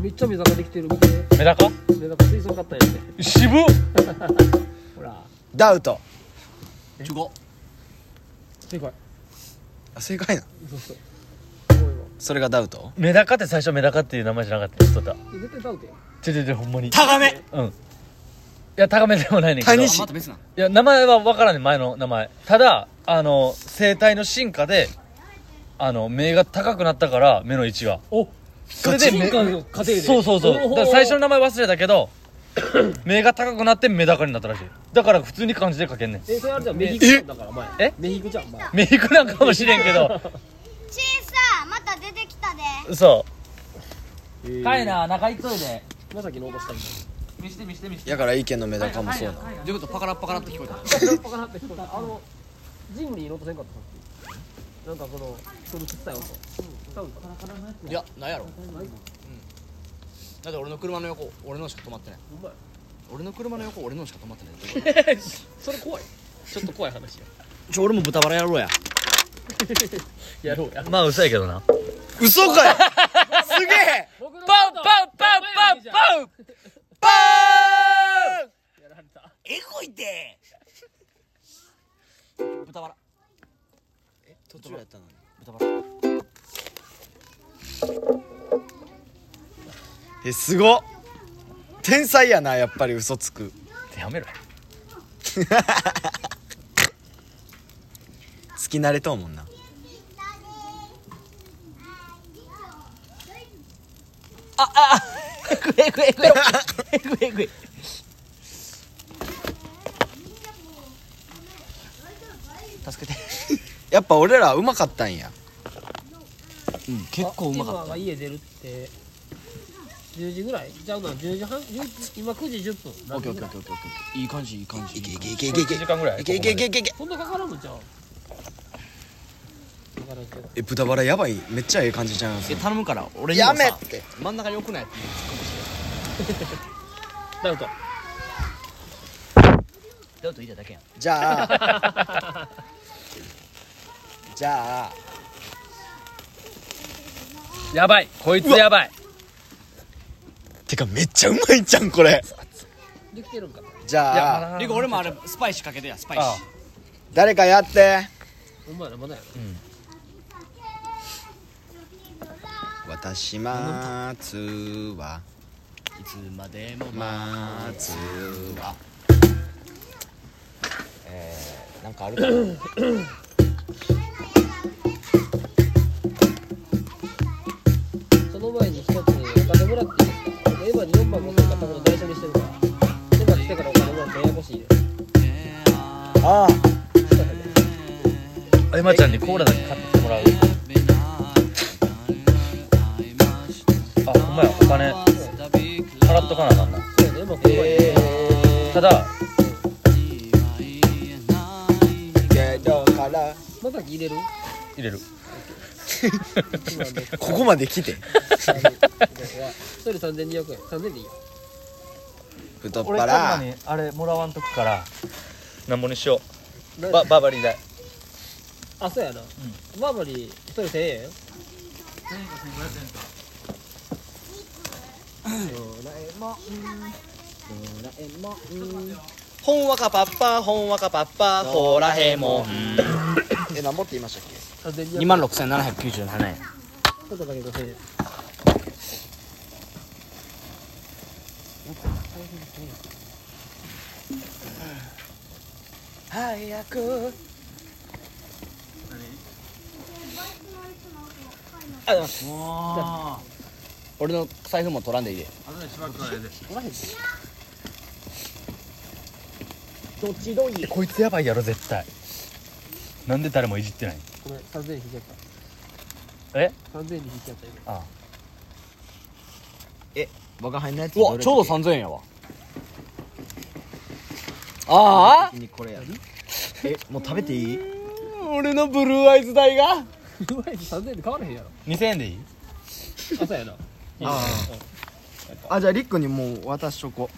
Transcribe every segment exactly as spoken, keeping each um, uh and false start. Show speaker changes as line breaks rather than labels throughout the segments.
めっちゃメダカできてる見て。
メダカ
メダカ水槽買ったんやって。
渋っ
ほら
ダウト。
じゅうご。
正解。
あ、正解な。
そうそう。すごいわ。
それがダウト。
メダカって最初メダカっていう名前じゃなかった。知っとった。
絶対ダウトや。
ちょちょちょほんまに。
タガメ。
うん。いやタガメでもないねんけど。
タニシ
また別な。
いや名前は分からんねん前の名前。ただあの生態の進化であの目が高くなったから目の位置が。
お。
それで目
進化の過程で。
そうそうそう。だから最初の名前忘れたけど目が高くなってメダカになったらしい。だから普通に漢字で書けんねん。
え、それあれじゃん、メヒクじゃんだから前。
え
メヒクじゃん前。
メイクなんかもしれんけど。
小さまた出てきたで。
そうかいな中行っといで。
まさきの落としたんだ。
見して見して見して。
やから意見のメダカもそうな。
どういうことパカラッパカラって聞こえた。
パカラって聞こえた。あのジムに乗っとせんかったさっき。なんかこのそのつったよと。多分
いや、なんやろ。だって俺の車の横、俺のしか止まってない。
お前
俺の車の横、俺のしか止まってない。
それ怖い。ちょっと怖い話や。
ちょ、俺も豚バラやろうや。
やろうや。
まあ嘘やけどな。
嘘かよ。すげえ。
僕の
パウパウパウパウパウ
パ
やられた。
えぐいって豚バラ。
ーン。途中やったのに。
豚バラ。
え、すごっ。天才やな、やっぱり嘘つく。
やめろ。
好き慣れとうもんな。
えぐいえぐいえぐいえぐいえぐい。助けて。
やっぱ俺らうまかったんや。
うん、結構うまか
今が
った。
家出るってじゅうじぐらいじゃうな。じゅうじはんじゅう今くじじゅっぷん。
オッケーオッケーオッケーオッケーオッケー。いい感じいい感じ。
いけいけいけいけいけ
いちじかんぐらい
いけいけいけいけいけ。
そんなかからんのじゃん。わからんけど。
え、豚バラやばい。めっちゃええ感じちゃいます
え、。頼むから俺にも
や
さ
めって。
真ん中に置くなやつに突っ込んできて。
ダウト。
ダウト言いただけやん。
じゃあじゃあ
やばいこいつやばい。
てかめっちゃうまいんじゃんこれ。
できてるんか。
じゃあ
リコ俺もあれスパイシーかけてやスパイシ
あ
ー。
誰かやって。
お前らまだやろ。
私待つわ
いつまでも
待つわ。えー、なんかあるかな。
その前に一つお金もらっていいですか。僕エヴァによんまんごせん買ったこと内緒にしてるから。エヴァ来てからお金もらってややこしいです。
ああ、
エマちゃんにコーラだけ買ってきてもらう。あほんまやお金払っとかなあかんな。
そうやね。まあこれはね。
ただ
けどから
まさき入れる。
入れる。
ここまで来て
一人さんぜんにひゃくえん。さんぜんでいいよ。
太っ
俺カ
腹
ンマにあれもらわんとくからなんぼにしよう。
な
ババーバリー代。
あ、そうやな。バーバリー一人せんえん。
ほんわかパッパほんわかパッパほらへもん。
え、なんぼって言いましたっけ。
さんぜんにひゃくえん。
にまんろくせんななひゃくきゅうじゅうななえん。
ちょっとだけどせんえん。
早くあ、もう俺の財布も取らんでいいで。
おらへんで。どっちどい。
こいつやばいやろ絶対。なんで誰もいじってない。
ごめん、さんぜんえん引いちゃっ
え
た。さんぜんえんに引いちゃった今。
あ
え、僕が入んないやつ
うわちょうどさんぜんえんやわ。ああ
にこれやる。え、もう食べていい。
俺のブルーアイズ代が
うまいしさんぜんえんで変わらへんやろ。
にせんえんでいい。
あ、そうやな。
ああ、じゃあリックにもう渡しとこ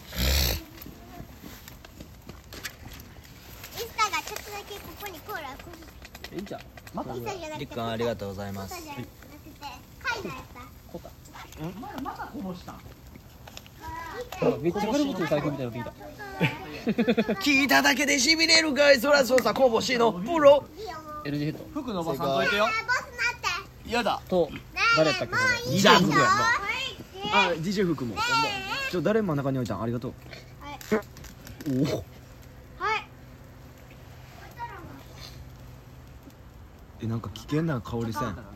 イスタがちょっとだけここにコーラをこ
いいんちゃう。また
イスタじゃなくて
りっくんありがとうございます
コタじゃなくて貝のやつだ。
コタ。 めっちゃ金持ちの財布みたいになってきた。
聞いただけでしびれるかい。そらそうさ、こぼしのプロ。
エルジー ヘッド
服伸ばさんといてよ。
ボスなって
嫌だ。
と誰やったっけ？それ
じゃあ服やんな。
は
あ、ディージェー 服も。ちょ、誰真ん中に置いたん？ありがとう。おお。
い
え、なんか危険な香りせん。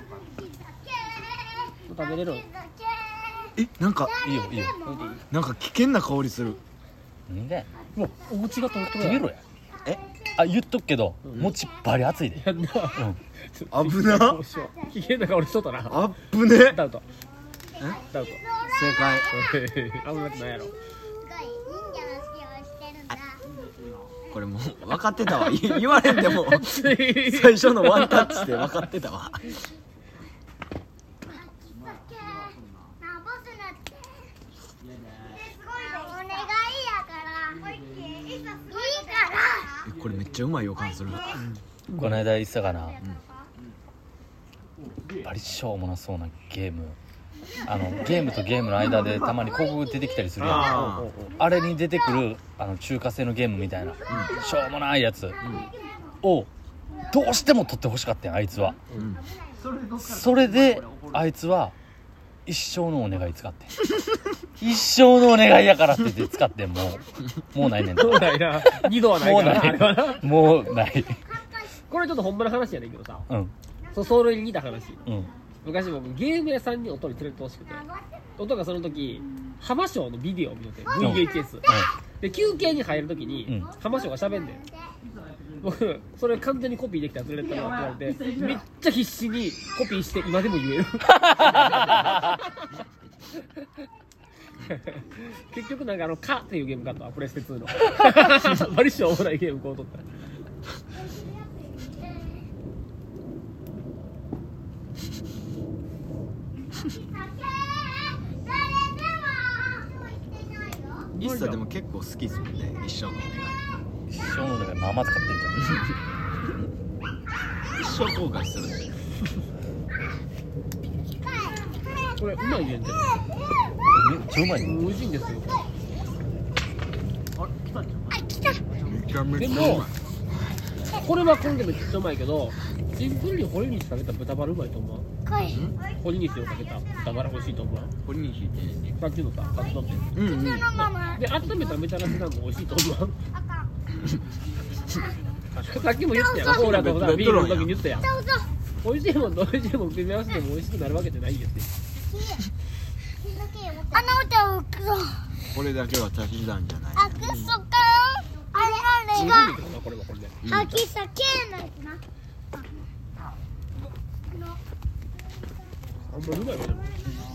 食べれる？
え、なんか
いいよいいよ
なんか危険な香りする。
なんで
もうお餅がとろとろ
逃げろや
え、
あ言っとくけど餅バリ熱いで
やんな。
危な。
どうしよう。危険な香りしとったな。
あっぶね。
ダウト。ダウト。
正解。
危なくないやろ。
すごい忍者の指導をしてるんだ。
これもう分かってたわ。言言われんでも最初のワンタッチで分かってたわ。
なあボスなって。すごいお願いやから。いいから。
え、これめっちゃうまい予感する。
この間言ってたかな、バリしょうもなそうなゲーム、あのゲームとゲームの間でたまに広告出てきたりするやん。 あ, あれに出てくるあの中華製のゲームみたいな、うん、しょうもないやつ、うん、をどうしても取ってほしかったんあいつは、うん、それであいつは一生のお願い使って一生のお願いやからって言って使ってもうもうないねん
もうないな。二度はないからな。あれはな。
もうない
これちょっとほんまの話やねんけどさ、
うん
そそれに似た話。
うん
昔僕ゲーム屋さんに音に連れてってほしくて、音がその時浜翔のビデオを見てて ブイエイチエス、うん、で休憩に入る時に、うん、浜翔が喋んねん。僕それ完全にコピーできたら連れてってもらって言われて、めっちゃ必死にコピーして今でも言える結局なんかあの「カ」っていうゲーム買ったわ、プレステツーのバリしょうもないゲームこうとった。
イッサでも結構好きですもんね、一生のお願い。
一生のお願いまあまず買ってんじゃん
一生後悔するんで。
これうまいねんじゃん。
めっちゃうまいね。
美味しいんですよ。
めちゃめ
で
ちゃうま
もこれはこれでめっちゃうまいけど、シンプルにホリにしかけた豚バラうまいと思う。ホリにしをかけた豚バラ美味しいと思う。
これに引いて。
さっきのさ、カツ丼って
うんうん。
で、温めたメタラスさんも美味しいと思う。さっきも言ったやん、コーラとさビールの時に言ったやん。美味しいもんと美味しいもん組み合わせても美味しくなるわけじゃないんですよ。
あの歌をくそ。
これだけは足し算じゃない。
あくそか。あれあれが。
これはこれで。
あきさけなやつな。
あんまりうまいわね。